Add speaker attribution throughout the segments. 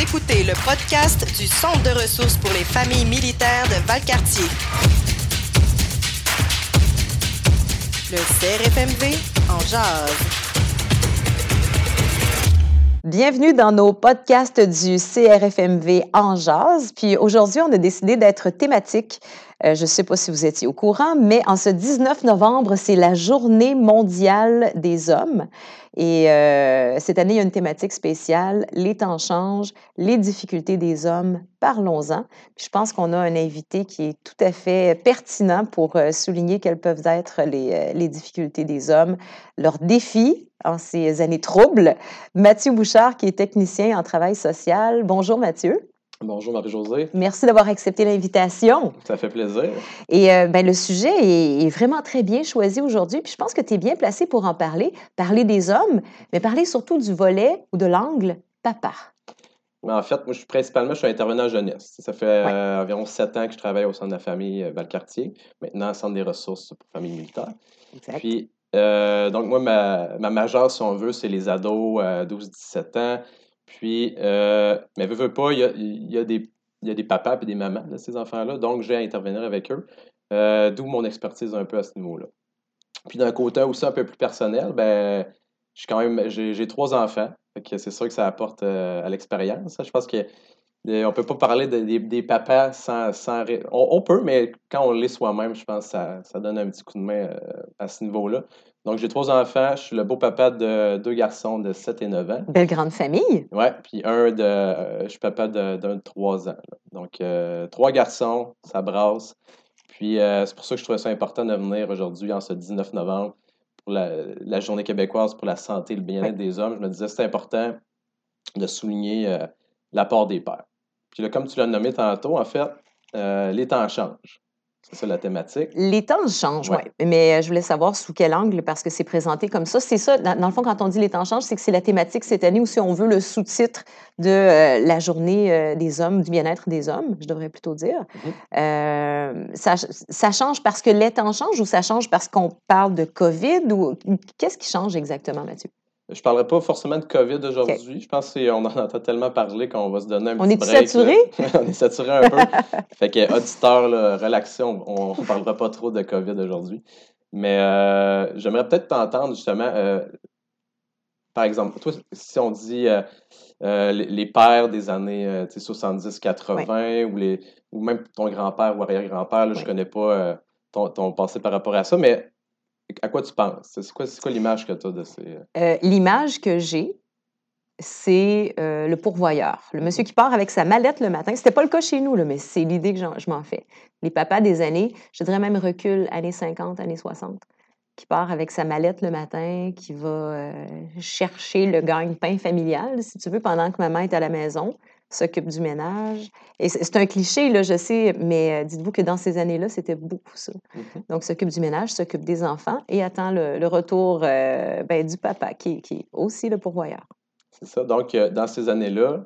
Speaker 1: écoutez le podcast du Centre de ressources pour les familles militaires de Valcartier. Le CRFMV en jase. Bienvenue dans nos podcasts du CRFMV en jase. Puis aujourd'hui, on a décidé d'être thématique. Je ne sais pas si vous étiez au courant, mais en ce 19 novembre, c'est la Journée mondiale des hommes. Et cette année, il y a une thématique spéciale, les temps changent, les difficultés des hommes, parlons-en. Puis je pense qu'on a un invité qui est tout à fait pertinent pour souligner quelles peuvent être les difficultés des hommes, leurs défis en ces années troubles. Mathieu Bouchard, qui est technicien en travail social. Bonjour Mathieu.
Speaker 2: Bonjour Marie-Josée.
Speaker 1: Merci d'avoir accepté l'invitation.
Speaker 2: Ça fait plaisir.
Speaker 1: Et le sujet est vraiment très bien choisi aujourd'hui, puis je pense que tu es bien placé pour en parler des hommes, mais parler surtout du volet ou de l'angle papa.
Speaker 2: En fait, moi, je suis intervenant jeunesse. Ça fait environ 7 ans que je travaille au centre de la famille Valcartier, maintenant centre des ressources pour familles militaires.
Speaker 1: Exact.
Speaker 2: Puis, donc moi, ma majeure, si on veut, c'est les ados 12-17 ans. Puis, mais veux pas, il y a des papas et des mamans de ces enfants-là, donc j'ai à intervenir avec eux, d'où mon expertise un peu à ce niveau-là. Puis d'un côté aussi un peu plus personnel, ben, j'ai 3 enfants, fait que c'est sûr que ça apporte à l'expérience. Je pense que on peut pas parler des papas on peut, mais quand on l'est soi-même, je pense que ça donne un petit coup de main à ce niveau-là. Donc, j'ai 3 enfants. Je suis le beau papa de 2 garçons de 7 et 9 ans.
Speaker 1: Belle grande famille.
Speaker 2: Oui, puis je suis papa d'un de 3 ans. Là. Donc, 3 garçons, ça brasse. Puis, c'est pour ça que je trouvais ça important de venir aujourd'hui, en ce 19 novembre, pour la Journée québécoise pour la santé et le bien-être des hommes. Je me disais, c'est important de souligner l'apport des pères. Puis là, comme tu l'as nommé tantôt, en fait, les temps changent. C'est ça la thématique.
Speaker 1: Les temps changent, oui. Mais je voulais savoir sous quel angle, parce que c'est présenté comme ça. C'est ça, dans le fond, quand on dit les temps changent, c'est que c'est la thématique cette année, ou si on veut, le sous-titre de la journée des hommes, du bien-être des hommes, je devrais plutôt dire. Ça change parce que les temps changent, ou ça change parce qu'on parle de COVID, ou qu'est-ce qui change exactement, Mathieu?
Speaker 2: Je ne parlerai pas forcément de COVID aujourd'hui. Okay. Je pense qu'on en entend tellement parler qu'on va se donner un petit break.
Speaker 1: On est saturé?
Speaker 2: On est saturé un peu. Fait que, auditeurs, là, relaxez, on ne parlera pas trop de COVID aujourd'hui. Mais j'aimerais peut-être t'entendre justement, par exemple, toi, si on dit les pères des années 70-80 ou même ton grand-père ou arrière-grand-père, là, je ne connais pas ton passé par rapport à ça, mais à quoi tu penses? C'est quoi l'image que tu as de ces...
Speaker 1: L'image que j'ai, c'est le pourvoyeur. Le monsieur qui part avec sa mallette le matin. C'était pas le cas chez nous, là, mais c'est l'idée que je m'en fais. Les papas des années, je dirais même recul, années 50, années 60, qui part avec sa mallette le matin, qui va chercher le gagne-pain familial, si tu veux, pendant que maman est à la maison, s'occupe du ménage. Et c'est un cliché, là, je sais, mais dites-vous que dans ces années-là, c'était beaucoup ça. Donc, s'occupe du ménage, s'occupe des enfants et attend le retour du papa, qui est aussi le pourvoyeur.
Speaker 2: C'est ça. Donc, dans ces années-là,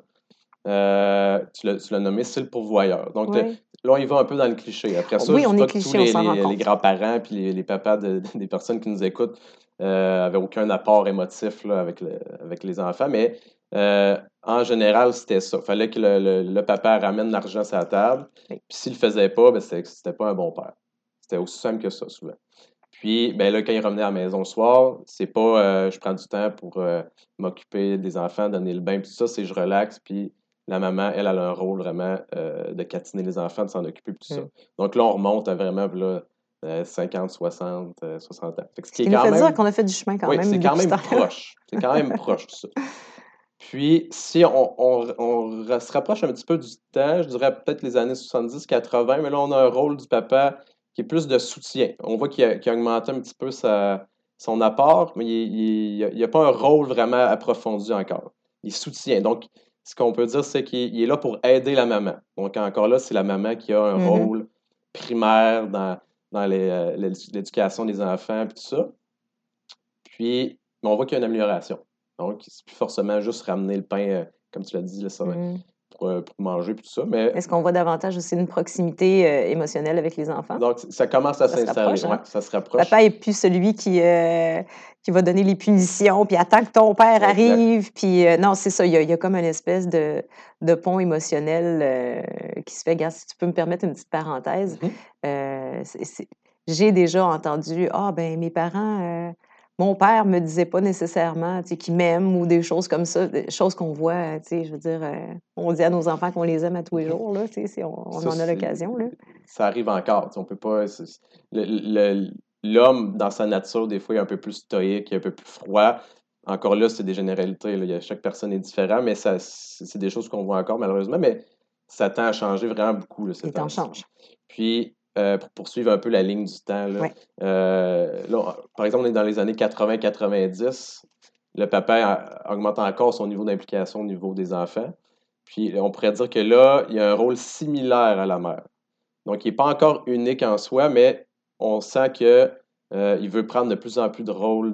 Speaker 2: tu l'as nommé, c'est le pourvoyeur. Donc, là, on y va un peu dans le cliché. Après ça,
Speaker 1: oui,
Speaker 2: je
Speaker 1: on
Speaker 2: dis
Speaker 1: est
Speaker 2: pas
Speaker 1: cliché,
Speaker 2: que
Speaker 1: tous
Speaker 2: les grands-parents puis les papas des personnes qui nous écoutent n'avaient aucun apport émotif là, avec les enfants, mais en général, c'était ça. Il fallait que le papa ramène l'argent sur la table. Puis s'il le faisait pas, ben, c'était pas un bon père. C'était aussi simple que ça, souvent. Puis, ben là, quand il revenait à la maison le soir, c'est pas je prends du temps pour m'occuper des enfants, donner le bain, puis tout ça, c'est je relaxe, puis la maman, elle a un rôle vraiment de catiner les enfants, de s'en occuper, puis tout ça. Donc là, on remonte à vraiment là, 50, 60, 60 ans.
Speaker 1: Fait que ce qui nous fait dire qu'on a fait du chemin quand même.
Speaker 2: Oui, c'est quand même proche. C'est quand même proche, tout ça. Puis, si on se rapproche un petit peu du temps, je dirais peut-être les années 70-80, mais là, on a un rôle du papa qui est plus de soutien. On voit qu'il a augmenté un petit peu son apport, mais il n'y a pas un rôle vraiment approfondi encore. Il soutient. Donc, ce qu'on peut dire, c'est qu'il est là pour aider la maman. Donc, encore là, c'est la maman qui a un rôle primaire dans l'éducation des enfants et tout ça. Puis, on voit qu'il y a une amélioration. Donc, c'est plus forcément juste ramener le pain, comme tu l'as dit, là, pour pour manger et tout ça. Mais
Speaker 1: Est-ce qu'on voit davantage aussi une proximité émotionnelle avec les enfants?
Speaker 2: donc, ça commence à
Speaker 1: Ça se
Speaker 2: s'installer.
Speaker 1: rapproche, hein?
Speaker 2: Ouais, ça se rapproche.
Speaker 1: Papa est plus celui qui va donner les punitions, puis attends que ton père
Speaker 2: Exact.
Speaker 1: arrive. Puis non, c'est ça, il y a comme une espèce de pont émotionnel qui se fait. Regarde, si tu peux me permettre une petite parenthèse,
Speaker 2: Mhm.
Speaker 1: j'ai déjà entendu, ah ben mes parents, mon père me disait pas nécessairement, tu sais, qu'il m'aime ou des choses comme ça, des choses qu'on voit, tu sais, je veux dire, on dit à nos enfants qu'on les aime à tous les
Speaker 2: Mhm.
Speaker 1: jours, là, tu sais, on
Speaker 2: Ça,
Speaker 1: en a l'occasion, là.
Speaker 2: ça arrive encore. Tu sais, on peut pas. L'homme, dans sa nature, des fois, est un peu plus stoïque, un peu plus froid. Encore là, c'est des généralités. Là. Chaque personne est différente, mais c'est des choses qu'on voit encore, malheureusement. Mais ça tend à changer vraiment beaucoup là, ces
Speaker 1: Les temps
Speaker 2: temps-ci.
Speaker 1: changent.
Speaker 2: Puis, pour poursuivre un peu la ligne du temps, là,
Speaker 1: Ouais.
Speaker 2: là, par exemple, on est dans les années 80-90. Le papa augmente encore son niveau d'implication au niveau des enfants. Puis, on pourrait dire que là, il y a un rôle similaire à la mère. Donc, il n'est pas encore unique en soi, mais on sent que il veut prendre de plus en plus de rôle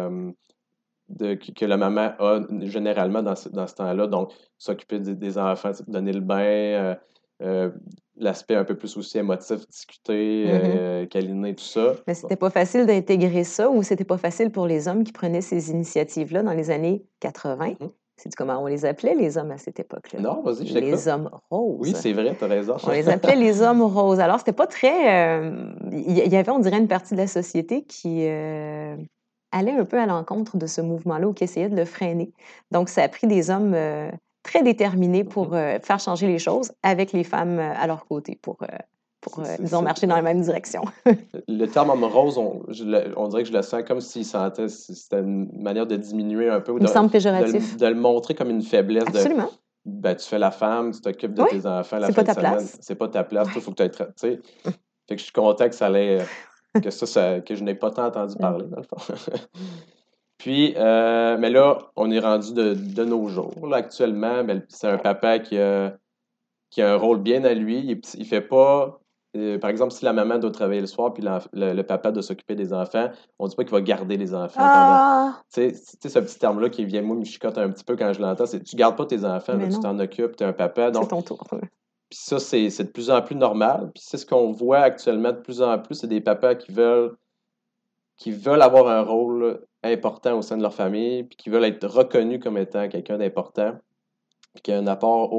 Speaker 2: que la maman a généralement dans ce temps-là. Donc, s'occuper des enfants, donner le bain, euh, l'aspect un peu plus aussi émotif, discuter,
Speaker 1: Mhm.
Speaker 2: câliner, tout ça.
Speaker 1: Mais
Speaker 2: Bon.
Speaker 1: c'était pas facile d'intégrer ça ou c'était pas facile pour les hommes qui prenaient ces initiatives-là dans les années 80?
Speaker 2: Mhm.
Speaker 1: C'est comment on les appelait, les hommes, à cette époque-là?
Speaker 2: Non, vas-y, je t'écoute.
Speaker 1: Les hommes
Speaker 2: Oui,
Speaker 1: roses.
Speaker 2: c'est vrai, tu as raison.
Speaker 1: On les appelait les hommes roses. Alors, c'était pas très... Il y avait, on dirait, une partie de la société qui allait un peu à l'encontre de ce mouvement-là ou qui essayait de le freiner. Donc, ça a pris des hommes très déterminés pour
Speaker 2: Mhm.
Speaker 1: faire changer les choses avec les femmes à leur côté disons, marcher dans la même direction.
Speaker 2: Le terme homme rose, on dirait que je le sens comme s'il sentait, c'était une manière de diminuer un peu ou
Speaker 1: Il me semble péjoratif.
Speaker 2: de le montrer comme une faiblesse de,
Speaker 1: Absolument.
Speaker 2: ben, tu fais la femme, tu t'occupes de
Speaker 1: Oui,
Speaker 2: tes enfants la
Speaker 1: c'est
Speaker 2: fin
Speaker 1: pas
Speaker 2: de
Speaker 1: ta
Speaker 2: semaine,
Speaker 1: place.
Speaker 2: c'est pas ta place, toi, il
Speaker 1: Ouais.
Speaker 2: faut que tu aies, tu sais. Fait que je suis content que que je n'ai pas tant entendu parler, dans le fond. Puis, mais là, on est rendu de nos jours. Là, actuellement, ben, c'est un papa qui a un rôle bien à lui. Il fait pas. Par exemple, si la maman doit travailler le soir puis le papa doit s'occuper des enfants, on dit pas qu'il va garder les enfants pendant.
Speaker 1: Ah!
Speaker 2: Tu sais, ce petit terme-là qui vient, moi, me chicote un petit peu quand je l'entends, c'est tu gardes pas tes enfants, là,
Speaker 1: Mais
Speaker 2: tu
Speaker 1: non,
Speaker 2: t'en occupes, tu es un papa.
Speaker 1: c'est
Speaker 2: Donc,
Speaker 1: ton tour.
Speaker 2: puis ça, c'est de plus en plus normal. Puis c'est ce qu'on voit actuellement de plus en plus, c'est des papas qui veulent avoir un rôle important au sein de leur famille, puis qui veulent être reconnus comme étant quelqu'un d'important, puis qui a un apport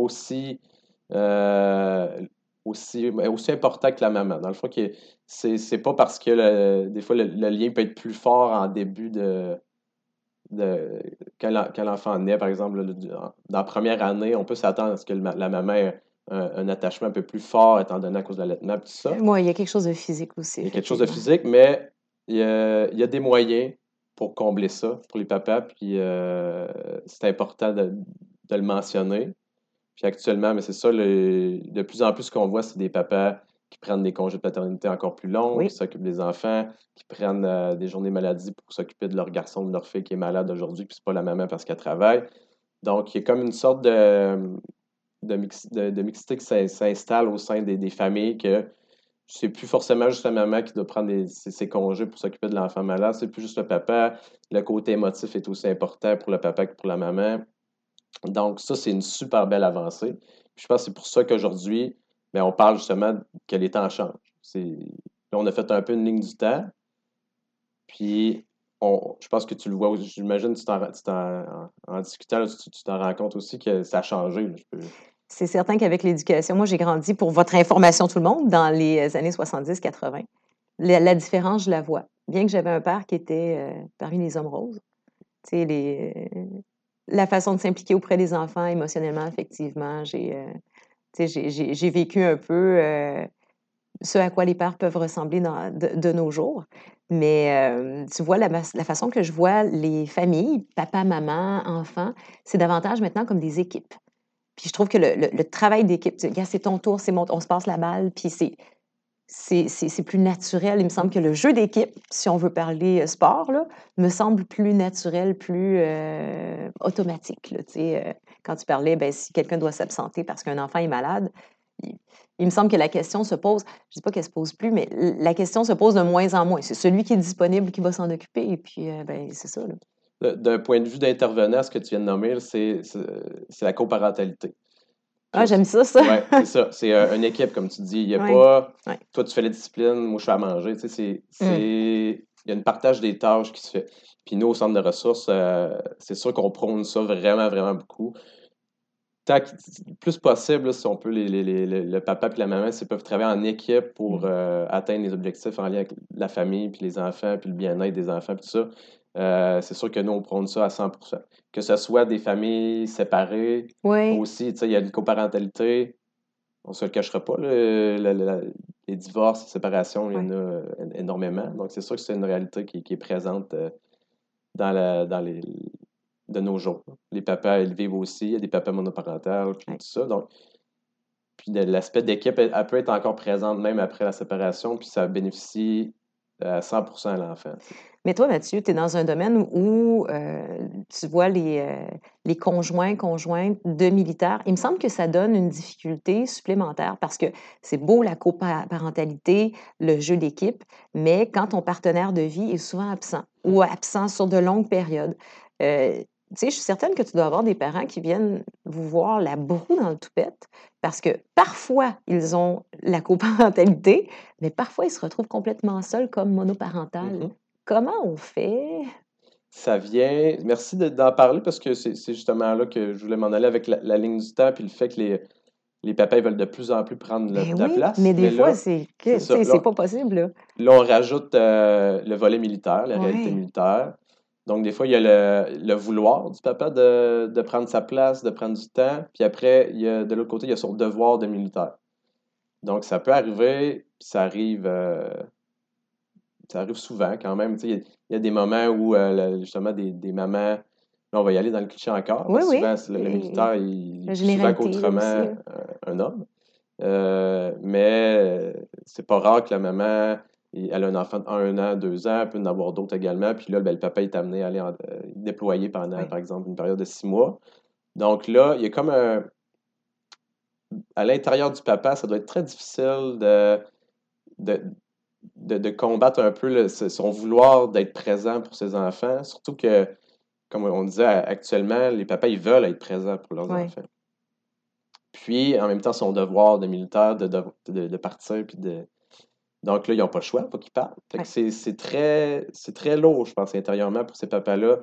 Speaker 2: euh, aussi important que la maman. Dans le fond, c'est pas parce que des fois le lien peut être plus fort en début quand l'enfant naît, par exemple, là, dans la première année, on peut s'attendre à ce que la maman ait un attachement un peu plus fort, étant donné à cause de l'allaitement et tout ça.
Speaker 1: Moi, il y a quelque chose de physique aussi,
Speaker 2: Il y a quelque chose de
Speaker 1: effectivement.
Speaker 2: physique, mais il y a des moyens pour combler ça pour les papas, puis c'est important de le mentionner. Puis actuellement, mais c'est ça, de plus en plus, ce qu'on voit, c'est des papas qui prennent des congés de paternité encore plus longs, qui
Speaker 1: Oui.
Speaker 2: s'occupent des enfants, qui prennent des journées maladie pour s'occuper de leur garçon, de leur fille qui est malade aujourd'hui, puis c'est pas la maman parce qu'elle travaille. Donc, il y a comme une sorte de mixité qui s'installe au sein des familles que c'est plus forcément juste la maman qui doit prendre ses congés pour s'occuper de l'enfant malade, c'est plus juste le papa. Le côté émotif est aussi important pour le papa que pour la maman. Donc, ça, c'est une super belle avancée. Puis je pense que c'est pour ça qu'aujourd'hui, ben, on parle justement que les temps changent. Là, on a fait un peu une ligne du temps, puis je pense que tu le vois, j'imagine, en discutant, là, tu t'en rends compte aussi que ça a changé. Là,
Speaker 1: C'est certain qu'avec l'éducation, moi, j'ai grandi, pour votre information, tout le monde, dans les années 70-80. La différence, je la vois. Bien que j'avais un père qui était parmi les hommes roses, tu sais, la façon de s'impliquer auprès des enfants émotionnellement, effectivement, tu sais, j'ai vécu un peu ce à quoi les pères peuvent ressembler de nos jours. Mais tu vois, la façon que je vois les familles, papa, maman, enfants, c'est davantage maintenant comme des équipes. Puis je trouve que le travail d'équipe, gars, c'est ton tour, on se passe la balle, puis c'est plus naturel. Il me semble que le jeu d'équipe, si on veut parler sport, là, me semble plus naturel, plus automatique. Là, tu sais, quand tu parlais, ben, si quelqu'un doit s'absenter parce qu'un enfant est malade, il, il me semble que la question se pose, je ne dis pas qu'elle se pose plus, mais la question se pose de moins en moins. C'est celui qui est disponible qui va s'en occuper, et puis ben, c'est ça. Là.
Speaker 2: D'un point de vue d'intervenant, ce que tu viens de nommer, c'est la coparentalité.
Speaker 1: Ah, j'aime ça, ça.
Speaker 2: Oui, c'est ça. C'est une équipe, comme tu dis. Il n'y a
Speaker 1: Ouais.
Speaker 2: pas
Speaker 1: Ouais.
Speaker 2: toi, tu fais la discipline, moi, je fais à manger. Tu sais,
Speaker 1: Mm.
Speaker 2: il y a une partage des tâches qui se fait. Puis nous, au centre de ressources, c'est sûr qu'on prône ça vraiment, vraiment beaucoup. Le plus possible, là, si on peut, le papa et la maman, s'ils peuvent travailler en équipe pour atteindre les objectifs en lien avec la famille, puis les enfants, puis le bien-être des enfants, puis tout ça, c'est sûr que nous, on prône ça à 100%. Que ce soit des familles séparées,
Speaker 1: Oui.
Speaker 2: aussi, tu sais, il y a une coparentalité, on ne se le cachera pas, là, les divorces, les séparations, il y en
Speaker 1: Ouais.
Speaker 2: a énormément. Donc, c'est sûr que c'est une réalité qui est présente dans les de nos jours. Les papas, ils vivent aussi, il y a des papas monoparentales, puis
Speaker 1: Ouais.
Speaker 2: tout ça. Donc, puis l'aspect d'équipe, elle peut être encore présente même après la séparation, puis ça bénéficie à 100% à l'enfant.
Speaker 1: Mais toi, Mathieu, tu es dans un domaine où tu vois les conjoints, conjointes de militaires. Il me semble que ça donne une difficulté supplémentaire parce que c'est beau la coparentalité, le jeu d'équipe, mais quand ton partenaire de vie est souvent absent ou absent sur de longues périodes, tu sais, je suis certaine que tu dois avoir des parents qui viennent vous voir la broue dans le toupette parce que parfois, ils ont la coparentalité, mais parfois, ils se retrouvent complètement seuls comme monoparental.
Speaker 2: Mhm.
Speaker 1: Comment on fait?
Speaker 2: Ça vient. Merci d'en parler parce que c'est justement là que je voulais m'en aller avec la ligne du temps puis le fait que les papas ils veulent de plus en plus prendre
Speaker 1: Ben
Speaker 2: la
Speaker 1: oui,
Speaker 2: place.
Speaker 1: mais des
Speaker 2: Mais
Speaker 1: fois,
Speaker 2: là,
Speaker 1: c'est
Speaker 2: c'est
Speaker 1: que, tu
Speaker 2: ça.
Speaker 1: sais, c'est pas possible, là.
Speaker 2: Là, on rajoute le volet militaire, la réalité
Speaker 1: Ouais,
Speaker 2: militaire. Donc, des fois, il y a le vouloir du papa de prendre sa place, de prendre du temps. Puis après, de l'autre côté, il y a son devoir de militaire. Donc, ça peut arriver, puis ça arrive souvent quand même. Tu sais, il y a des moments où, justement, des mamans, là, on va y aller dans le cliché encore, mais
Speaker 1: oui, oui.
Speaker 2: souvent, le
Speaker 1: Et
Speaker 2: militaire, il est
Speaker 1: la
Speaker 2: plus souvent
Speaker 1: généralité, là
Speaker 2: qu'autrement
Speaker 1: aussi, là.
Speaker 2: un homme. Mais c'est pas rare que la maman, elle a un enfant de 1 an, 2 ans, elle peut en avoir d'autres également. Puis là, ben, le papa est amené à aller déployer pendant,
Speaker 1: Oui.
Speaker 2: par exemple, une période de 6 mois. Donc là, il y a comme à l'intérieur du papa, ça doit être très difficile de, de combattre un peu son vouloir d'être présent pour ses enfants. Surtout que, comme on disait actuellement, les papas, ils veulent être présents pour leurs
Speaker 1: Oui.
Speaker 2: enfants. Puis, en même temps, son devoir de militaire de partir, puis donc là, ils n'ont pas le choix, il faut qu'ils partent. Fait que
Speaker 1: Ouais.
Speaker 2: c'est très lourd, je pense, intérieurement pour ces papas-là,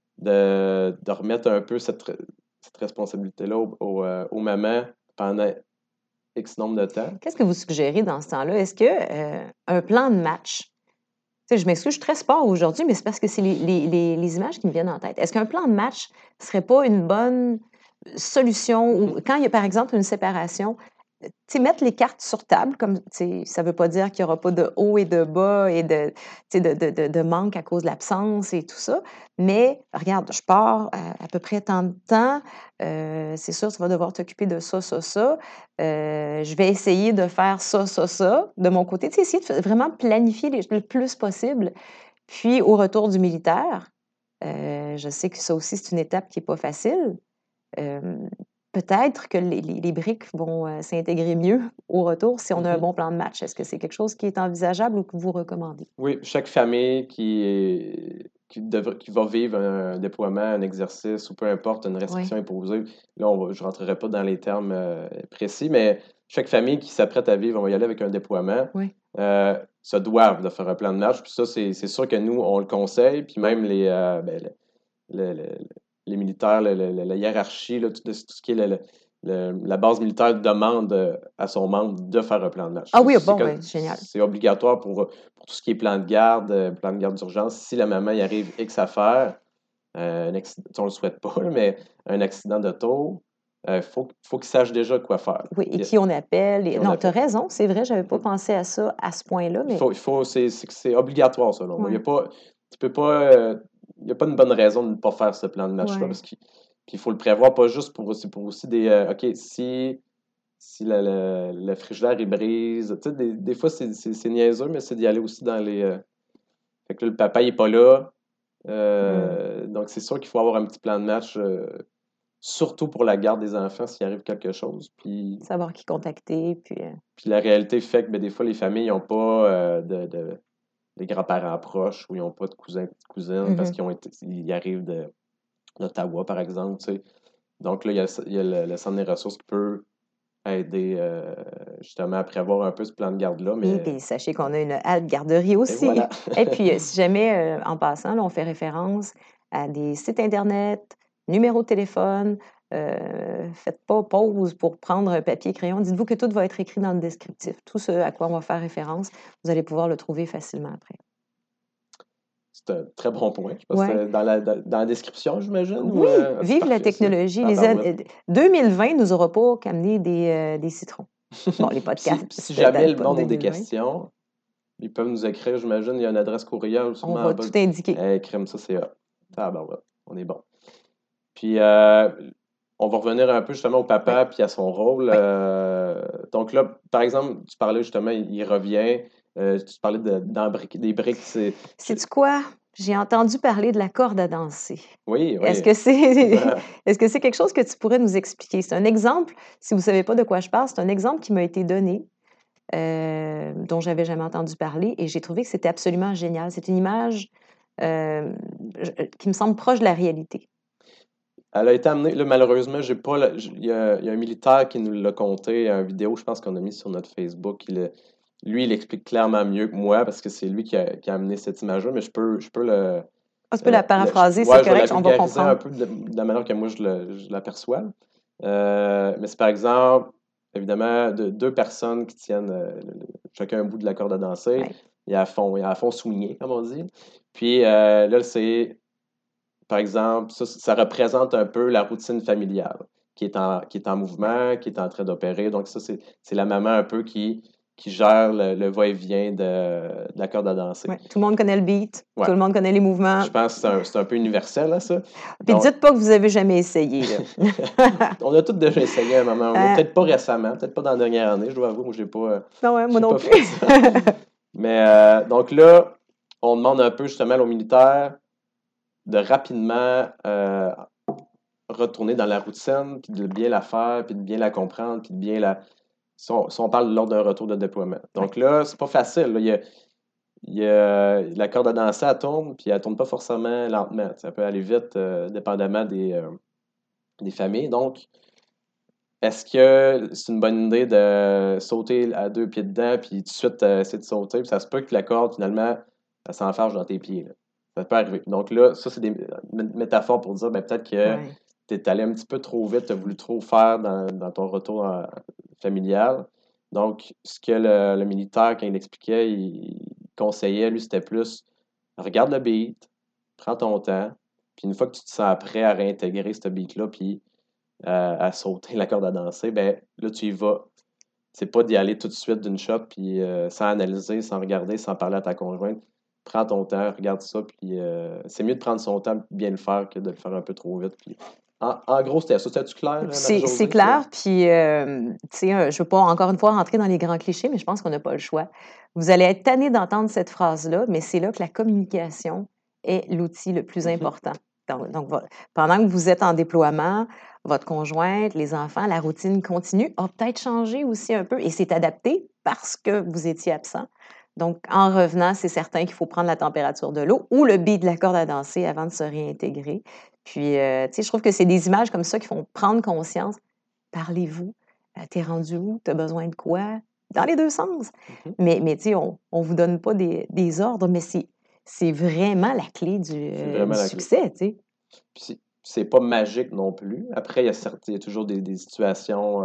Speaker 2: de remettre un peu cette responsabilité-là aux mamans pendant X nombre de temps.
Speaker 1: Qu'est-ce que vous suggérez dans ce temps-là? Est-ce que un plan de match, tu sais, je m'excuse, je suis très sport aujourd'hui, mais c'est parce que c'est les images qui me viennent en tête. Est-ce qu'un plan de match serait pas une bonne solution ou
Speaker 2: Mhm.
Speaker 1: quand il y a, par exemple, une séparation, tu sais, mettre les cartes sur table, comme, tu sais, ça ne veut pas dire qu'il n'y aura pas de haut et de bas et tu sais, de manque à cause de l'absence et tout ça. Mais regarde, je pars à peu près tant de temps. C'est sûr, tu vas devoir t'occuper de ça, ça, ça. Je vais essayer de faire ça, ça, ça de mon côté. Tu sais, essayer de vraiment planifier le plus possible. Puis, au retour du militaire, je sais que ça aussi, c'est une étape qui n'est pas facile. Peut-être que les briques vont s'intégrer mieux au retour si on a un
Speaker 2: Mhm.
Speaker 1: bon plan de match. Est-ce que c'est quelque chose qui est envisageable ou que vous recommandez?
Speaker 2: Oui, chaque famille qui va vivre un déploiement, un exercice ou peu importe, une restriction
Speaker 1: Oui,
Speaker 2: imposée, là, je ne rentrerai pas dans les termes précis, mais chaque famille qui s'apprête à vivre, on va y aller avec un déploiement,
Speaker 1: oui.
Speaker 2: se doivent de faire un plan de match. Puis ça, c'est sûr que nous, on le conseille, puis même le- le- les militaires, la hiérarchie, là, tout ce qui est la base militaire demande à son membre de faire un plan de match.
Speaker 1: Ah oui, bon, ben, génial.
Speaker 2: C'est obligatoire pour tout ce qui est plan de garde d'urgence. Si la maman y arrive X affaires, un accident, on ne le souhaite pas, là, mais un accident d'auto, faut qu'il sache déjà quoi faire.
Speaker 1: Oui, et qui on appelle?
Speaker 2: Qui on
Speaker 1: Non, tu as
Speaker 2: appelle.
Speaker 1: raison, c'est vrai, je n'avais pas
Speaker 2: Mhm.
Speaker 1: pensé à ça à ce point-là, mais
Speaker 2: C'est obligatoire, selon moi. Il y a
Speaker 1: oui,
Speaker 2: pas, tu peux pas, il y a pas une bonne raison de ne pas faire ce plan de match-là,
Speaker 1: oui.
Speaker 2: parce qu'il puis il faut le prévoir pas juste c'est pour aussi des, OK, si le frigidaire, il brise, tu sais, des fois, c'est niaiseux, mais c'est d'y aller aussi dans fait que là, le papa, il est pas là,
Speaker 1: Hmm.
Speaker 2: donc c'est sûr qu'il faut avoir un petit plan de match, surtout pour la garde des enfants s'il arrive quelque chose,
Speaker 1: Savoir qui contacter, puis
Speaker 2: puis la réalité fait que, ben, des fois, les familles n'ont pas des grands-parents proches ou ils n'ont pas de cousins, de cousines parce
Speaker 1: mhm.
Speaker 2: qu'ils arrivent d'Ottawa, par exemple, tu sais. Donc là, il y a le centre des ressources qui peut aider justement à prévoir un peu ce plan de garde-là.
Speaker 1: Et
Speaker 2: Mais
Speaker 1: bien, sachez qu'on a une halte garderie
Speaker 2: et
Speaker 1: aussi.
Speaker 2: voilà.
Speaker 1: Et puis, si jamais, en passant, là, on fait référence à des sites Internet, numéros de téléphone, faites pas pause pour prendre un papier et crayon. Dites-vous que tout va être écrit dans le descriptif. Tout ce à quoi on va faire référence, vous allez pouvoir le trouver facilement après.
Speaker 2: C'est un très bon point. Je pense que
Speaker 1: Ouais.
Speaker 2: c'est dans la description, j'imagine, ou
Speaker 1: Oui,
Speaker 2: c'est
Speaker 1: vive la
Speaker 2: parfait, ça.
Speaker 1: technologie.
Speaker 2: Tabarouette.
Speaker 1: 2020 nous aura pas qu'amener des citrons. Bon, les podcasts,
Speaker 2: Puis si
Speaker 1: ça
Speaker 2: jamais
Speaker 1: date
Speaker 2: le
Speaker 1: pas de
Speaker 2: monde a des
Speaker 1: 2020.
Speaker 2: questions, ils peuvent nous écrire, j'imagine. Il y a une adresse courriel
Speaker 1: On
Speaker 2: sûrement
Speaker 1: va
Speaker 2: en bas.
Speaker 1: tout indiquer.
Speaker 2: Crème, ça, c'est hot. Tabarouette. On est bon. Puis, on va revenir un peu justement au
Speaker 1: Oui,
Speaker 2: papa puis à son rôle.
Speaker 1: oui.
Speaker 2: Donc là, par exemple, tu parlais justement, il revient. Tu parlais des briques.
Speaker 1: Sais-tu quoi? J'ai entendu parler de la corde à danser.
Speaker 2: Oui,
Speaker 1: Est-ce
Speaker 2: oui.
Speaker 1: que c'est est-ce que c'est quelque chose que tu pourrais nous expliquer? C'est un exemple, si vous ne savez pas de quoi je parle, c'est un exemple qui m'a été donné, dont j'avais jamais entendu parler et j'ai trouvé que c'était absolument génial. C'est une image qui me semble proche de la réalité.
Speaker 2: Elle a été amenée, là, malheureusement, j'ai pas il y a un militaire qui nous l'a conté, une vidéo, je pense qu'on a mis sur notre Facebook. Lui, il explique clairement mieux que moi parce que c'est lui qui a amené cette image-là, mais je peux
Speaker 1: Ah, tu peux la paraphraser, c'est
Speaker 2: ouais, je vais la
Speaker 1: correct, on va
Speaker 2: vulgariser un
Speaker 1: comprendre.
Speaker 2: peu de la manière que moi je l'aperçois. Mais c'est par exemple, évidemment, deux personnes qui tiennent chacun un bout de la corde à danser.
Speaker 1: Ouais.
Speaker 2: Il y a à fond swingé, comme on dit. Puis là, c'est par exemple, ça représente un peu la routine familiale qui est en mouvement, qui est en train d'opérer. Donc, ça, c'est la maman un peu qui gère le va-et-vient de la corde à danser.
Speaker 1: Ouais. Tout le monde connaît le beat,
Speaker 2: Ouais.
Speaker 1: tout le monde connaît les mouvements.
Speaker 2: Je pense que c'est un peu universel, là, ça.
Speaker 1: Puis
Speaker 2: Donc,
Speaker 1: dites pas que vous avez jamais essayé, là.
Speaker 2: on a tous déjà essayé à un moment ou l'autre.
Speaker 1: Hein?
Speaker 2: Peut-être pas récemment, peut-être pas dans la dernière année, je dois avouer, moi,
Speaker 1: Non, ouais, moi
Speaker 2: j'ai
Speaker 1: non
Speaker 2: pas
Speaker 1: plus.
Speaker 2: fait ça. Mais donc là, on demande un peu justement aux militaires de rapidement retourner dans la routine, puis de bien la faire, puis de bien la comprendre, puis de bien la... Si on parle lors d'un retour de déploiement. Donc
Speaker 1: Ouais.
Speaker 2: là, c'est pas facile. Là. Il y a la corde à danser, elle tourne, puis elle tourne pas forcément lentement. Ça peut aller vite, dépendamment des familles. Donc, est-ce que c'est une bonne idée de sauter à deux pieds dedans, puis tout de suite essayer de sauter, puis ça se peut que la corde, finalement, elle s'enfarge dans tes pieds. Là. Ça peut arriver. Donc là, ça, c'est des métaphores pour dire, ben, peut-être que
Speaker 1: Ouais.
Speaker 2: tu es allé un petit peu trop vite, tu as voulu trop faire dans ton retour familial. Donc, ce que le militaire, quand il expliquait, il conseillait, lui, c'était plus, regarde le beat, prends ton temps, puis une fois que tu te sens prêt à réintégrer ce beat-là, puis à sauter la corde à danser, ben là, tu y vas. C'est pas d'y aller tout de suite d'une shot, puis sans analyser, sans regarder, sans parler à ta conjointe. Prends ton temps, regarde ça, puis c'est mieux de prendre son temps, bien le faire, que de le faire un peu trop vite. Puis, en gros, c'était ça. C'était-tu clair,
Speaker 1: C'est
Speaker 2: Marie-Josée?
Speaker 1: clair, puis, tu sais, je veux pas encore une fois rentrer dans les grands clichés, mais je pense qu'on n'a pas le choix. Vous allez être tanné d'entendre cette phrase-là, mais c'est là que la communication est l'outil le plus
Speaker 2: Mhm.
Speaker 1: important. Pendant que vous êtes en déploiement, votre conjointe, les enfants, la routine continue, a peut-être changé aussi un peu et s'est adapté parce que vous étiez absent. Donc, en revenant, c'est certain qu'il faut prendre la température de l'eau ou le beat de la corde à danser avant de se réintégrer. Puis, tu sais, je trouve que c'est des images comme ça qui font prendre conscience. Parlez-vous. T'es rendu où? T'as besoin de quoi? Dans les deux sens.
Speaker 2: Mhm.
Speaker 1: Mais tu sais, on ne vous donne pas des ordres, mais c'est vraiment la clé
Speaker 2: C'est
Speaker 1: du
Speaker 2: vraiment la clé.
Speaker 1: succès, tu sais.
Speaker 2: Puis c'est pas magique non plus. Après, il y a toujours des situations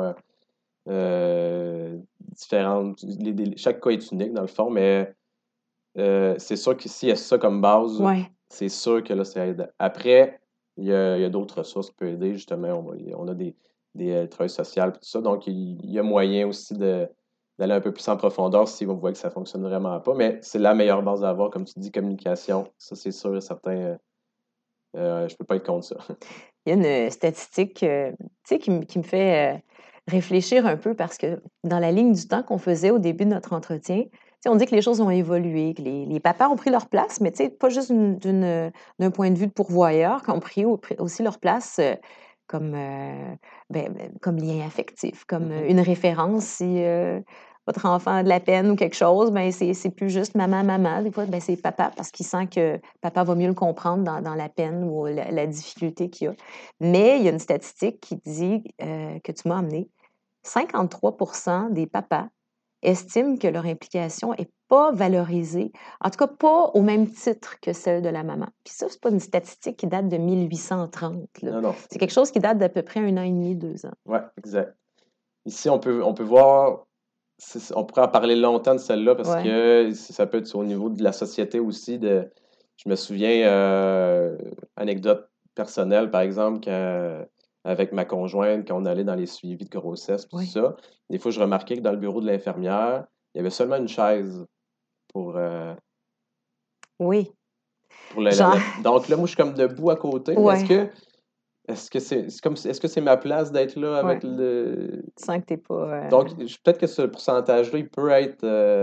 Speaker 2: différentes. Chaque cas est unique, dans le fond, mais c'est sûr que s'il y a ça comme base,
Speaker 1: Ouais.
Speaker 2: c'est sûr que là, ça aide. Après, il y a d'autres ressources qui peuvent aider, justement. On a des travails sociaux et tout ça. Donc, il y a moyen aussi d'aller un peu plus en profondeur si on voit que ça ne fonctionne vraiment pas. Mais c'est la meilleure base à avoir, comme tu dis, communication. Ça, c'est sûr et certain. Je peux pas être contre ça.
Speaker 1: Il y a une statistique, tu sais, qui me fait réfléchir un peu parce que dans la ligne du temps qu'on faisait au début de notre entretien, tu sais, on dit que les choses ont évolué, que les papas ont pris leur place, mais tu sais, pas juste d'un point de vue de pourvoyeur, qui ont pris aussi leur place comme, comme lien affectif, comme
Speaker 2: Mhm.
Speaker 1: une référence. Si votre enfant a de la peine ou quelque chose, ben c'est plus juste maman, maman. Des fois, ben, c'est papa parce qu'il sent que papa va mieux le comprendre dans la peine ou la difficulté qu'il a. Mais il y a une statistique qui dit que tu m'as amené. 53% des papas estiment que leur implication n'est pas valorisée, en tout cas pas au même titre que celle de la maman. Puis ça, c'est pas une statistique qui date de 1830, là.
Speaker 2: Non, non.
Speaker 1: C'est quelque chose qui date d'à peu près 1 an et demi, 2 ans.
Speaker 2: Ouais, exact. Ici, on peut voir, on pourrait en parler longtemps de celle-là parce
Speaker 1: Ouais.
Speaker 2: que ça peut être au niveau de la société aussi. Je me souviens, anecdote personnelle, par exemple, avec ma conjointe, quand on allait dans les suivis de grossesse, tout
Speaker 1: Oui.
Speaker 2: ça, des fois, je remarquais que dans le bureau de l'infirmière, il y avait seulement une chaise pour,
Speaker 1: Oui.
Speaker 2: pour
Speaker 1: Genre,
Speaker 2: Donc là, moi, je suis comme debout à côté, mais
Speaker 1: ouais,
Speaker 2: est-ce que c'est ma place d'être là
Speaker 1: ouais.
Speaker 2: avec le...
Speaker 1: Tu sens que t'es pas.
Speaker 2: Donc, peut-être que ce pourcentage-là, il peut être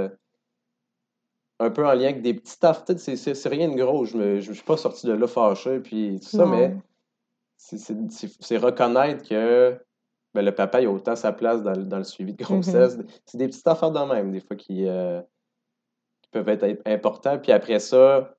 Speaker 2: un peu en lien avec des petits tafs. Peut-être c'est rien de gros. Je suis pas sorti de là fâché, puis tout ça, mais
Speaker 1: Non.
Speaker 2: c'est reconnaître que ben, le papa, il a autant sa place dans le suivi de
Speaker 1: Mhm.
Speaker 2: grossesse. C'est des petites affaires de même, des fois, qui peuvent être importants. Puis après ça,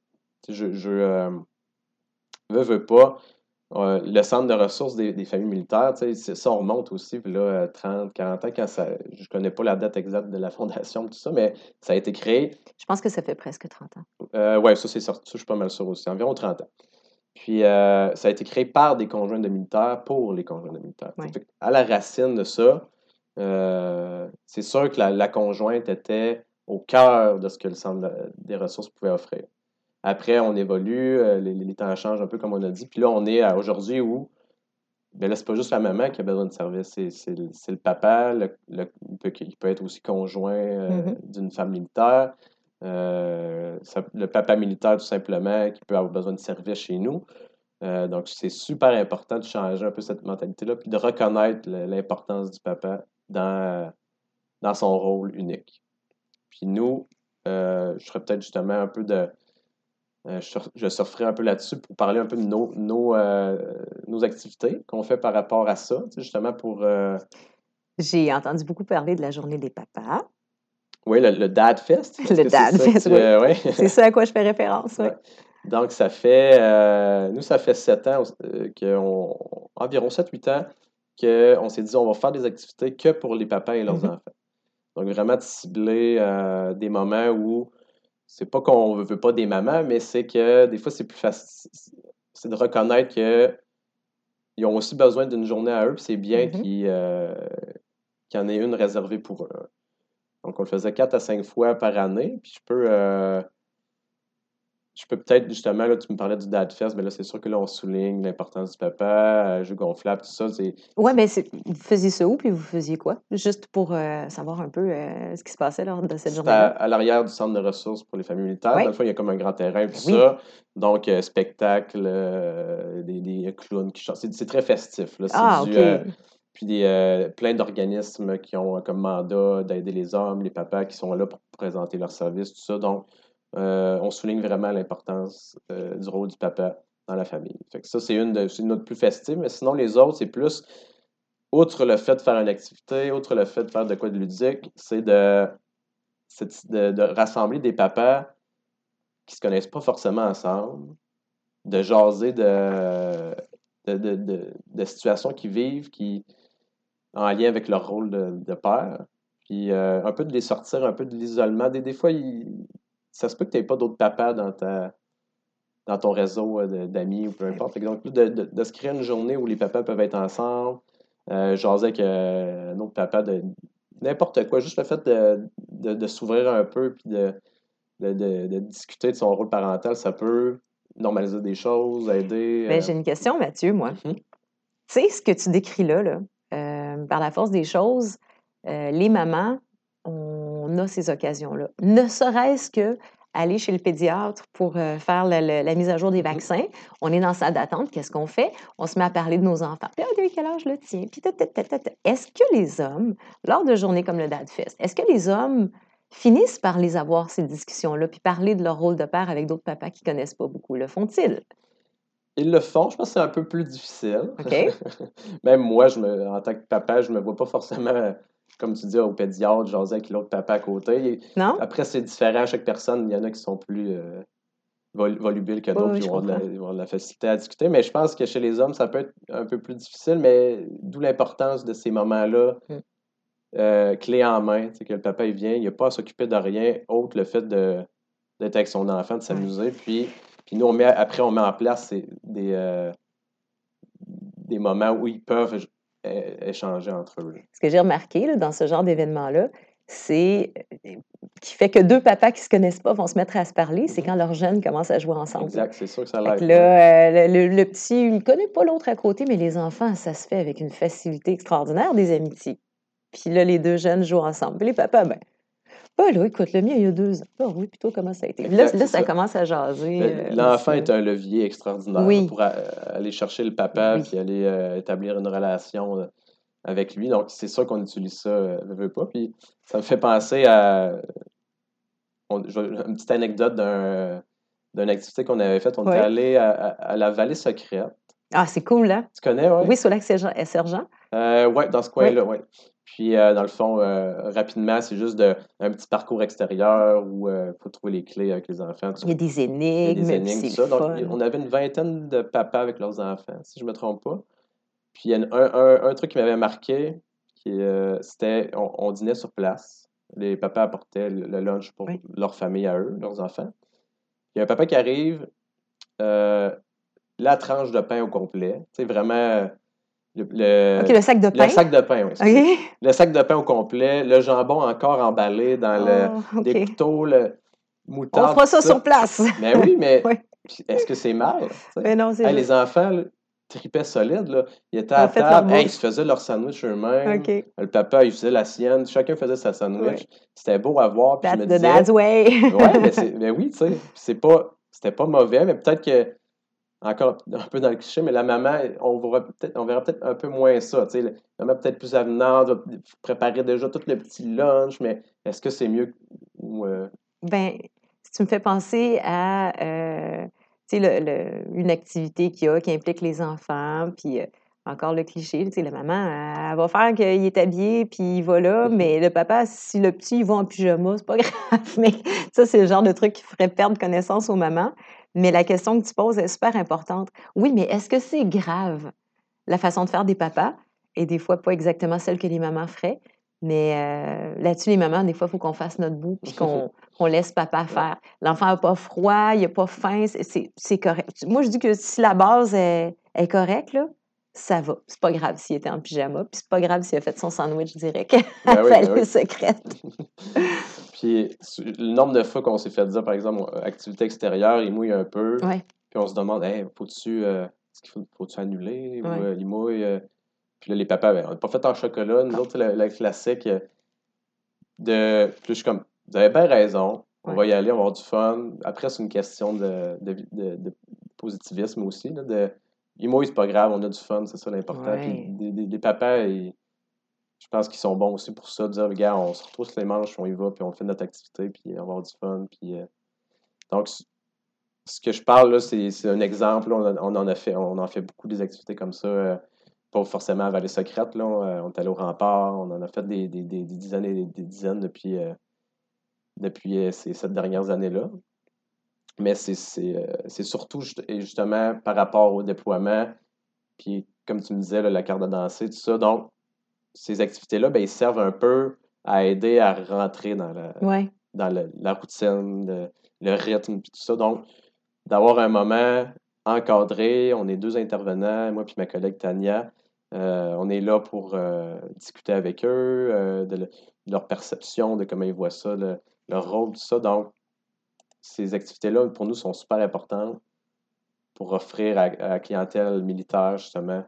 Speaker 2: veux pas. Le centre de ressources des familles militaires, tu sais, ça on remonte aussi, puis là, 30, 40 ans, je connais pas la date exacte de la fondation, tout ça, mais ça a été créé.
Speaker 1: Je pense que ça fait presque 30 ans.
Speaker 2: Ouais, ça c'est sorti, ça, je suis pas mal sûr aussi, environ 30 ans. Puis ça a été créé par des conjoints de militaires pour les conjoints de militaires.
Speaker 1: Ouais.
Speaker 2: Fait à la racine de ça, c'est sûr que la conjointe était au cœur de ce que le centre des ressources pouvait offrir. Après, on évolue, les temps changent un peu comme on a dit. Puis là, on est à aujourd'hui où, ben là, c'est pas juste la maman qui a besoin de service, c'est le papa, il peut être aussi conjoint
Speaker 1: Mhm.
Speaker 2: d'une femme militaire, le papa militaire tout simplement qui peut avoir besoin de service chez nous. Donc, c'est super important de changer un peu cette mentalité-là, puis de reconnaître l'importance du papa dans son rôle unique. Puis nous, je ferais peut-être justement un peu je surferai un peu là-dessus pour parler un peu de nos activités qu'on fait par rapport à ça, tu sais, justement pour...
Speaker 1: J'ai entendu beaucoup parler de la journée des papas.
Speaker 2: oui, le Dad Fest, est-ce
Speaker 1: Le
Speaker 2: que c'est
Speaker 1: Dad
Speaker 2: ça que
Speaker 1: Fest,
Speaker 2: tu...
Speaker 1: oui.
Speaker 2: oui.
Speaker 1: C'est ça à quoi je fais référence, oui.
Speaker 2: Ouais. Donc, ça fait 7 ans, environ 7-8 ans, qu'on s'est dit on va faire des activités que pour les papas et leurs
Speaker 1: Mhm.
Speaker 2: enfants. Donc, vraiment de cibler des moments où c'est pas qu'on veut pas des mamans, mais c'est que des fois, c'est plus facile. C'est de reconnaître qu'ils ont aussi besoin d'une journée à eux, puis c'est bien
Speaker 1: Mhm.
Speaker 2: qu'il y en ait une réservée pour eux. Donc, on le faisait 4 à 5 fois par année, puis je peux peut-être, justement, là, tu me parlais du Dad Fest, mais là, c'est sûr que là, on souligne l'importance du papa, jeu gonflable, tout ça.
Speaker 1: Ouais, mais vous faisiez ça où, puis vous faisiez quoi? Juste pour savoir un peu ce qui se passait lors de cette
Speaker 2: C'est à,
Speaker 1: journée-là.
Speaker 2: à l'arrière du centre de ressources pour les familles militaires. Dans
Speaker 1: Oui,
Speaker 2: le fond, il y a comme un grand terrain, tout
Speaker 1: ben oui.
Speaker 2: ça. Donc, spectacle, des clowns qui chantent. C'est très festif, là.
Speaker 1: Ah, OK.
Speaker 2: Puis plein d'organismes qui ont comme mandat d'aider les hommes, les papas qui sont là pour présenter leurs services, tout ça. Donc, on souligne vraiment l'importance du rôle du papa dans la famille. Fait que ça, c'est une autre plus festive, mais sinon, les autres, c'est plus, outre le fait de faire une activité, outre le fait de faire de quoi de ludique, c'est de rassembler des papas qui se connaissent pas forcément ensemble, de jaser de situations qu'ils vivent, en lien avec leur rôle de père, puis un peu de les sortir un peu de l'isolement. Des fois, ça se peut que tu n'aies pas d'autres papas dans ton réseau d'amis ou peu
Speaker 1: Ben
Speaker 2: importe.
Speaker 1: oui.
Speaker 2: Fait que donc, de se créer une journée où les papas peuvent être ensemble, jaser avec un autre papa de n'importe quoi. Juste le fait de s'ouvrir un peu puis de discuter de son rôle parental, ça peut normaliser des choses, aider.
Speaker 1: Ben, j'ai une question, Mathieu, moi.
Speaker 2: Mhm.
Speaker 1: Tu sais, ce que tu décris là, par la force des choses, les mamans, on a ces occasions-là. Ne serait-ce que aller chez le pédiatre pour faire la mise à jour des
Speaker 2: Mhm.
Speaker 1: vaccins. On est dans salle d'attente. Qu'est-ce qu'on fait? On se met à parler de nos enfants. Puis, ah, t'as eu quel âge le tien? Puis, est-ce que les hommes, lors de journées comme le Dad Fest, est-ce que les hommes finissent par les avoir, ces discussions-là, puis parler de leur rôle de père avec d'autres papas qui connaissent pas beaucoup? Le font-ils?
Speaker 2: Ils le font, je pense que c'est un peu plus difficile.
Speaker 1: OK?
Speaker 2: Même moi, en tant que papa, je me vois pas forcément, comme tu dis, au pédiatre, jaser avec l'autre papa à côté.
Speaker 1: Non?
Speaker 2: Après, c'est différent. Chaque personne, il y en a qui sont plus volubiles que
Speaker 1: Oui,
Speaker 2: d'autres,
Speaker 1: oui,
Speaker 2: puis
Speaker 1: je comprends.
Speaker 2: ils vont avoir de la facilité à discuter. Mais je pense que chez les hommes, ça peut être un peu plus difficile, mais d'où l'importance de ces moments-là clé en main, que le papa, il vient, il n'a pas à s'occuper de rien, autre le fait d'être avec son enfant, de s'amuser. Puis nous, après, on met en place des moments où ils peuvent échanger entre eux.
Speaker 1: Ce que j'ai remarqué là, dans ce genre d'événement-là, c'est qui fait que deux papas qui ne se connaissent pas vont se mettre à se parler, c'est quand leurs jeunes commencent à jouer ensemble.
Speaker 2: Exact, c'est sûr que ça
Speaker 1: Fait
Speaker 2: l'aide.
Speaker 1: que là, le petit, il ne connaît pas l'autre à côté, mais les enfants, ça se fait avec une facilité extraordinaire, des amitiés. Puis là, les deux jeunes jouent ensemble. Puis les papas, ben, là, écoute, le mien, il y a 2 ans. Ah oui, plutôt, comment ça a été?
Speaker 2: Exact,
Speaker 1: Là, ça commence à jaser.
Speaker 2: L'enfant
Speaker 1: aussi,
Speaker 2: est un levier extraordinaire
Speaker 1: oui.
Speaker 2: pour aller chercher le papa puis aller établir une relation avec lui. Donc, c'est sûr qu'on utilise ça, veut pas. Puis, ça me fait penser à une petite anecdote d'une activité qu'on avait faite. On était allé à la Vallée Secrète.
Speaker 1: Ah, c'est cool, là.
Speaker 2: Tu connais, oui?
Speaker 1: Oui, sur Lac-Sergent.
Speaker 2: Oui, dans ce coin-là, oui. Puis, dans le fond, rapidement, c'est juste un petit parcours extérieur où il faut trouver les clés avec les enfants.
Speaker 1: Il y a des énigmes,
Speaker 2: tout ça. Donc, on avait une vingtaine de papas avec leurs enfants, si je ne me trompe pas. Puis, il y a un truc qui m'avait marqué, c'était on dînait sur place. Les papas apportaient le lunch pour leur famille à eux, leurs enfants. Il y a un papa qui arrive, la tranche de pain au complet. Tu sais, vraiment...
Speaker 1: le sac de pain.
Speaker 2: Le sac de pain, oui.
Speaker 1: Okay.
Speaker 2: Le sac de pain au complet, le jambon encore emballé dans des couteaux, le moutarde.
Speaker 1: On fera ça sur place.
Speaker 2: Mais oui, mais est-ce que c'est mal?
Speaker 1: Mais non, c'est
Speaker 2: les enfants là, tripaient solide. Là. Ils étaient à table, ils se faisaient leur sandwich eux-mêmes.
Speaker 1: Okay.
Speaker 2: Le papa, il faisait la sienne. Chacun faisait sa sandwich. C'était beau à voir. Puis je me disais,
Speaker 1: dad's way.
Speaker 2: mais oui, tu sais, c'était pas mauvais, mais peut-être que encore un peu dans le cliché, mais la maman, on verra peut-être un peu moins ça. La maman peut-être plus avenante, va préparer déjà tout le petit lunch, mais est-ce que c'est mieux?
Speaker 1: Ben, si tu me fais penser à une activité qui implique les enfants, puis encore le cliché, la maman, elle va faire qu'il est habillé, puis il va là, mais le papa, si le petit, il va en pyjama, c'est pas grave. Mais ça, c'est le genre de truc qui ferait perdre connaissance aux mamans. Mais la question que tu poses est super importante. Oui, mais est-ce que c'est grave, la façon de faire des papas? Et des fois, pas exactement celle que les mamans feraient. Mais là-dessus, les mamans, des fois, il faut qu'on fasse notre bout puis qu'on laisse papa faire. L'enfant n'a pas froid, il n'a pas faim, c'est correct. Moi, je dis que si la base est correcte, là, ça va. C'est pas grave s'il était en pyjama, puis c'est pas grave s'il a fait son sandwich direct à la Vallée Secrète.
Speaker 2: Puis le nombre de fois qu'on s'est fait dire, par exemple, activité extérieure, il mouille un peu, puis on se demande, hey, est-ce qu'il faut-tu annuler? Ou il mouille. Puis là, les papas, on n'a pas fait en chocolat. Nous autres, le classique puis je suis comme, vous avez bien raison, on va y aller, on va avoir du fun. Après, c'est une question de positivisme aussi. Là, il mouille, c'est pas grave, on a du fun, c'est ça l'important. Puis des papas, je pense qu'ils sont bons aussi pour ça, de dire, regarde, on se retrousse les manches, on y va, puis on fait notre activité, puis on va avoir du fun. Puis, donc, ce que je parle, là, c'est un exemple. Là, on en fait beaucoup des activités comme ça. Pas forcément à Vallée Secrète. Là, on est allé au Rempart. On en a fait des dizaines et des dizaines depuis ces 7 dernières années-là. Mais c'est surtout justement par rapport au déploiement. Puis, comme tu me disais, là, la carte de danser, tout ça. Donc, ces activités-là, ben, ils servent un peu à aider à rentrer dans la routine, le rythme, puis tout ça. Donc, d'avoir un moment encadré, on est 2 intervenants, moi puis ma collègue Tania. On est là pour discuter avec eux, de leur perception, de comment ils voient ça, leur rôle, tout ça. Donc, ces activités-là, pour nous, sont super importantes pour offrir à la clientèle militaire, justement,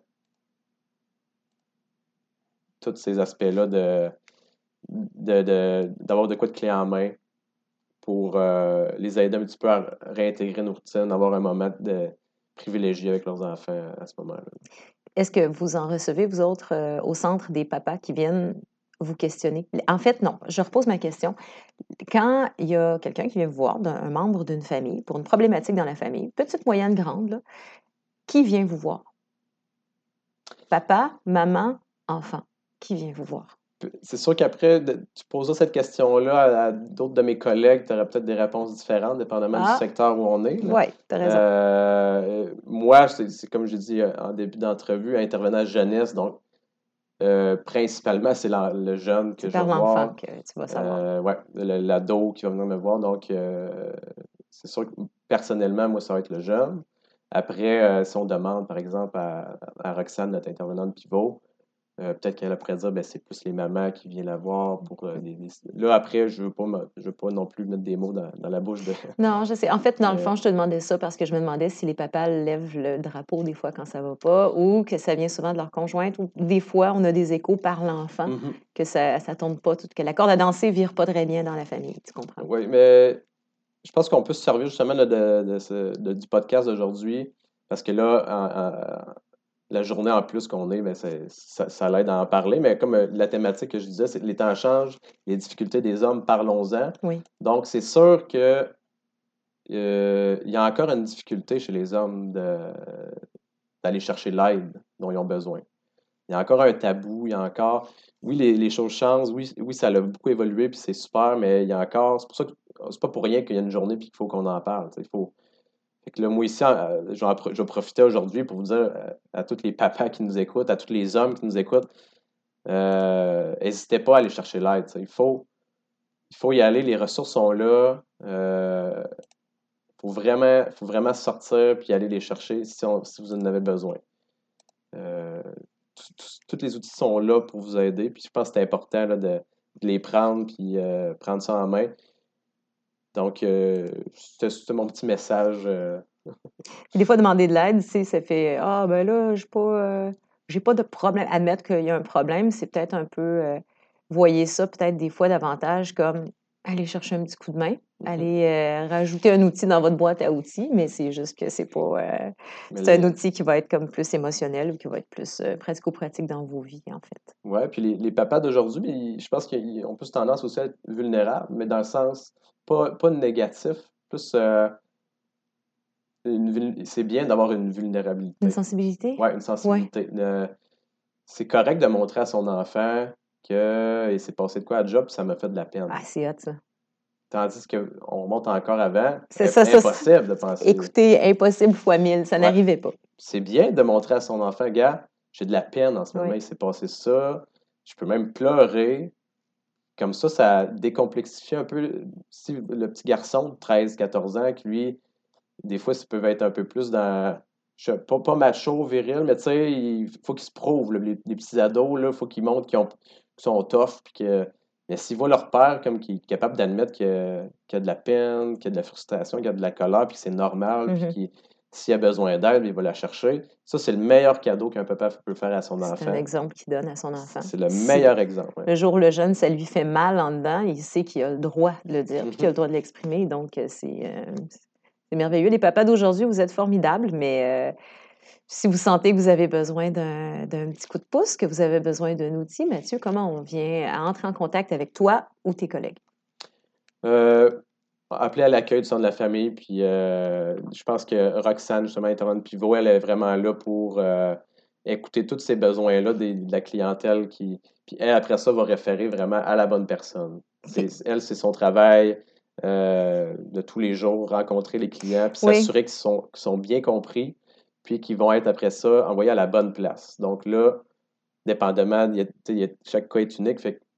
Speaker 2: tous ces aspects-là d'avoir de quoi de clé en main pour les aider un petit peu à réintégrer nos routines, avoir un moment de privilégié avec leurs enfants à ce moment-là.
Speaker 1: Est-ce que vous en recevez, vous autres, au centre, des papas qui viennent vous questionner? En fait, non. Je repose ma question. Quand il y a quelqu'un qui vient vous voir, un membre d'une famille, pour une problématique dans la famille, petite, moyenne, grande, là, qui vient vous voir? Papa, maman, enfant. Qui vient vous voir?
Speaker 2: C'est sûr qu'après, tu poseras cette question-là à d'autres de mes collègues, tu auras peut-être des réponses différentes, dépendamment du secteur où on est.
Speaker 1: Oui, tu as raison.
Speaker 2: Moi, c'est comme je dis en début d'entrevue, intervenant jeunesse, donc Principalement, c'est le jeune que
Speaker 1: C'est
Speaker 2: je vais
Speaker 1: par l'enfant
Speaker 2: voir.
Speaker 1: que tu vas savoir.
Speaker 2: Ouais, l'ado qui va venir me voir. Donc, c'est sûr que personnellement, moi, ça va être le jeune. Après, si on demande, par exemple, à Roxane, notre intervenante pivot, peut-être qu'elle pourrait dire, ben, c'est plus les mamans qui viennent la voir pour Là, après, je veux pas non plus mettre des mots dans la bouche de...
Speaker 1: Non, je sais. En fait, dans le
Speaker 2: Mais,
Speaker 1: fond, je te demandais ça parce que je me demandais si les papas lèvent le drapeau des fois quand ça va pas ou que ça vient souvent de leur conjointe ou des fois, on a des échos par l'enfant
Speaker 2: mhm.
Speaker 1: que ça tombe pas, que la corde à danser vire pas très bien dans la famille, tu comprends?
Speaker 2: Oui, mais je pense qu'on peut se servir justement là, du podcast d'aujourd'hui parce que là, la journée en plus qu'on est, ben, ça l'aide à en parler. Mais comme la thématique que je disais, c'est que les temps changent, les difficultés des hommes, parlons-en.
Speaker 1: Oui.
Speaker 2: Donc, c'est sûr que il y a encore une difficulté chez les hommes d'aller chercher l'aide dont ils ont besoin. Il y a encore un tabou, il y a encore. Oui, les choses changent, oui, oui, ça a beaucoup évolué, puis c'est super, mais il y a encore. C'est pour ça que c'est pas pour rien qu'il y a une journée puis qu'il faut qu'on en parle. Il faut. Fait que là, moi ici, je vais profiter aujourd'hui pour vous dire à tous les papas qui nous écoutent, à tous les hommes qui nous écoutent, n'hésitez pas à aller chercher l'aide. Il faut y aller, les ressources sont là. Faut vraiment sortir puis aller les chercher si vous en avez besoin. Euh, Tous les outils sont là pour vous aider. Puis je pense que c'est important là, de les prendre puis prendre ça en main. Donc, c'était mon petit message.
Speaker 1: Puis des fois, demander de l'aide, tu sais, ça fait ah ben là, j'ai pas de problème. Admettre qu'il y a un problème, c'est peut-être un peu voyez ça peut-être des fois davantage comme aller chercher un petit coup de main,
Speaker 2: Mhm.
Speaker 1: aller rajouter un outil dans votre boîte à outils, mais c'est juste que
Speaker 2: Mais
Speaker 1: c'est un outil qui va être comme plus émotionnel ou qui va être plus pratico-pratique dans vos vies, en fait.
Speaker 2: ouais, puis les papas d'aujourd'hui, je pense qu'ils ont plus tendance aussi à être vulnérables, mais dans le sens pas négatif, plus c'est bien d'avoir une
Speaker 1: Une
Speaker 2: vulnérabilité.
Speaker 1: sensibilité?
Speaker 2: Ouais, une
Speaker 1: Oui.
Speaker 2: sensibilité. C'est correct de montrer à son enfant que il s'est passé de quoi à job, puis ça m'a fait de la peine.
Speaker 1: Ah, c'est hot, ça.
Speaker 2: Tandis qu'on monte encore avant,
Speaker 1: C'est ça.
Speaker 2: impossible de penser.
Speaker 1: Écoutez, impossible fois mille, ça
Speaker 2: Ouais,
Speaker 1: n'arrivait pas.
Speaker 2: c'est bien de montrer à son enfant, gars, j'ai de la peine en ce moment,
Speaker 1: Oui.
Speaker 2: il s'est passé ça, je peux même pleurer. Comme ça décomplexifie un peu si le petit garçon de 13-14 ans, qui lui, des fois, ça peut être un peu plus dans. Pas macho, viril, mais tu sais, il faut qu'ils se prouvent. Là, les petits ados, il faut qu'ils montrent qu'ils sont tough. Puis mais s'ils voient leur père comme qui est capable d'admettre qu'il y a de la peine, qu'il y a de la frustration, qu'il y a de la colère, puis que c'est normal, puis
Speaker 1: Mhm.
Speaker 2: s'il a besoin d'aide, il va la chercher. Ça, c'est le meilleur cadeau qu'un papa peut faire à son
Speaker 1: C'est un
Speaker 2: enfant.
Speaker 1: exemple qu'il donne à son enfant.
Speaker 2: C'est le
Speaker 1: Si
Speaker 2: meilleur exemple. Ouais.
Speaker 1: le jour où le jeune, ça lui fait mal en dedans, il sait qu'il a le droit de le dire, puis qu'il a
Speaker 2: Mhm.
Speaker 1: le droit de l'exprimer. Donc, c'est merveilleux. Les papas d'aujourd'hui, vous êtes formidables, mais si vous sentez que vous avez besoin d'un petit coup de pouce, que vous avez besoin d'un outil, Mathieu, comment on vient à entrer en contact avec toi ou tes collègues?
Speaker 2: Euh, Appeler à l'accueil du centre de la famille, puis je pense que Roxane, justement, intervenante pivot, elle est vraiment là pour écouter tous ces besoins-là de la clientèle puis elle, après ça, va référer vraiment à la bonne personne.
Speaker 1: OK.
Speaker 2: Elle, c'est son travail de tous les jours, rencontrer les clients, puis
Speaker 1: Oui,
Speaker 2: s'assurer qu'ils sont bien compris, puis qu'ils vont être, après ça, envoyés à la bonne place. Donc là, dépendamment, chaque cas est unique, fait que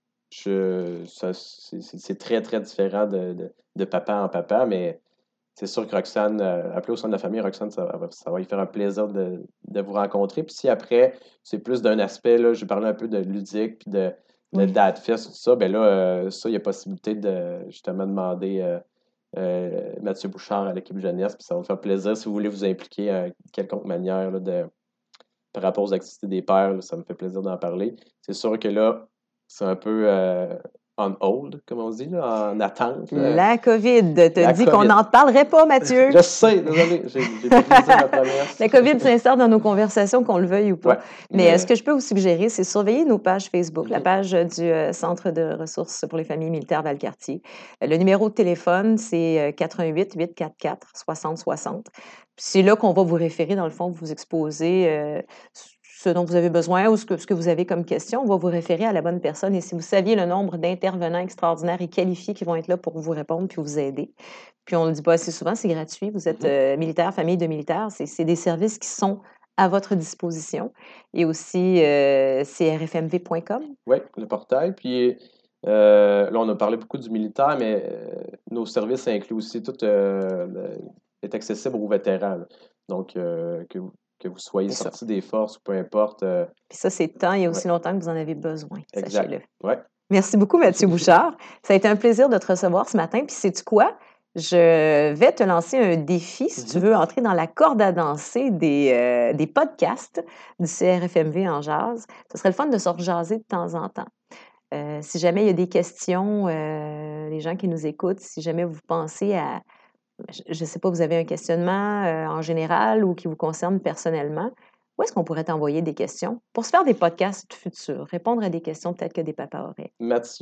Speaker 2: c'est très, très différent de papa en papa, mais c'est sûr que Roxane, appelé au sein de la famille, Roxane, ça va lui faire un plaisir de vous rencontrer. Puis si après, c'est plus d'un aspect, là, je parlais un peu de ludique, puis de
Speaker 1: oui.
Speaker 2: dad fest, tout ça, ben là, ça, il y a possibilité de justement demander Mathieu Bouchard à l'équipe jeunesse, puis ça va me faire plaisir si vous voulez vous impliquer de quelconque manière là, par rapport aux activités des pères, là, ça me fait plaisir d'en parler. C'est sûr que là, c'est un peu on hold, comme on dit, là, en attente. Là.
Speaker 1: La COVID te
Speaker 2: La
Speaker 1: dit qu'on
Speaker 2: COVID.
Speaker 1: n'en parlerait pas, Mathieu.
Speaker 2: Je sais, désolé, j'ai pas brisé ma promesse.
Speaker 1: La COVID s'insère dans nos conversations, qu'on le veuille ou pas.
Speaker 2: Ouais,
Speaker 1: Mais ce
Speaker 2: mais
Speaker 1: que je peux vous suggérer, c'est surveiller nos pages Facebook, la
Speaker 2: mhm,
Speaker 1: page du Centre de ressources pour les familles militaires Valcartier. Le numéro de téléphone, c'est 88 844 6060. C'est là qu'on va vous référer, dans le fond, vous exposer ce dont vous avez besoin ou ce que vous avez comme question. On va vous référer à la bonne personne. Et si vous saviez le nombre d'intervenants extraordinaires et qualifiés qui vont être là pour vous répondre puis vous aider, puis on ne le dit pas assez souvent, c'est gratuit. Vous êtes
Speaker 2: mhm,
Speaker 1: militaire, famille de militaires. C'est des services qui sont à votre disposition et aussi crfmv.com.
Speaker 2: Oui, le portail. Puis là, on a parlé beaucoup du militaire, mais nos services incluent aussi tout est accessible aux vétérans. Là. Donc, que vous soyez sorti des forces ou peu importe.
Speaker 1: Puis ça, c'est tant et aussi longtemps que vous en avez besoin.
Speaker 2: Exact.
Speaker 1: Sachez-le.
Speaker 2: Ouais.
Speaker 1: Merci beaucoup, Mathieu Bouchard. Ça a été un plaisir de te recevoir ce matin. Puis sais-tu quoi? Je vais te lancer un défi si tu veux entrer dans la corde à danser des podcasts du CRFMV en jazz. Ce serait le fun de se rejaser de temps en temps. Si jamais il y a des questions, les gens qui nous écoutent, si jamais vous pensez à, je ne sais pas, vous avez un questionnement en général ou qui vous concerne personnellement, où est-ce qu'on pourrait t'envoyer des questions pour se faire des podcasts futurs, répondre à des questions peut-être que des papas auraient?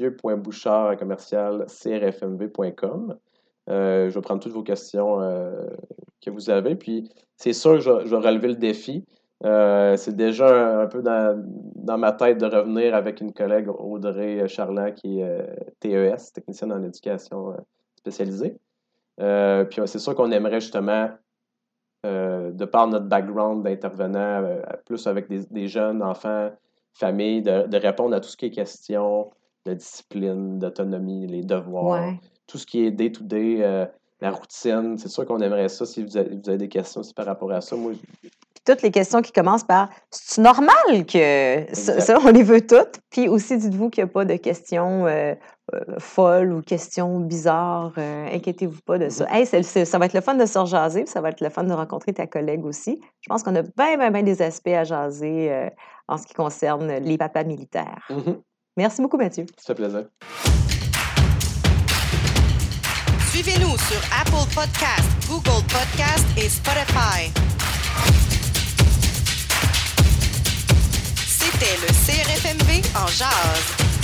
Speaker 2: Mathieu.bouchard@crfmv.com. Je vais prendre toutes vos questions que vous avez. Puis, c'est sûr que je vais relever le défi. C'est déjà un peu dans ma tête de revenir avec une collègue, Audrey Charland, qui est TES, technicienne en éducation spécialisée. Puis, c'est sûr qu'on aimerait justement, de par notre background d'intervenant, plus avec des jeunes, enfants, familles, de répondre à tout ce qui est question de discipline, d'autonomie, les devoirs.
Speaker 1: Ouais.
Speaker 2: Tout ce qui est day-to-day, la routine, c'est sûr qu'on aimerait ça. Si vous avez des questions aussi par rapport à ça, moi...
Speaker 1: Toutes les questions qui commencent par « C'est-tu normal que... » Ça, on les veut toutes. Puis aussi, dites-vous qu'il n'y a pas de questions folles ou questions bizarres. Inquiétez-vous pas de ça. Hey, ça va être le fun de se rejaser, puis ça va être le fun de rencontrer ta collègue aussi. Je pense qu'on a bien des aspects à jaser en ce qui concerne les papas militaires. Merci beaucoup, Mathieu.
Speaker 2: Ça fait plaisir.
Speaker 3: Suivez-nous sur Apple Podcast, Google Podcast et Spotify. C'était le CRFMV en jazz.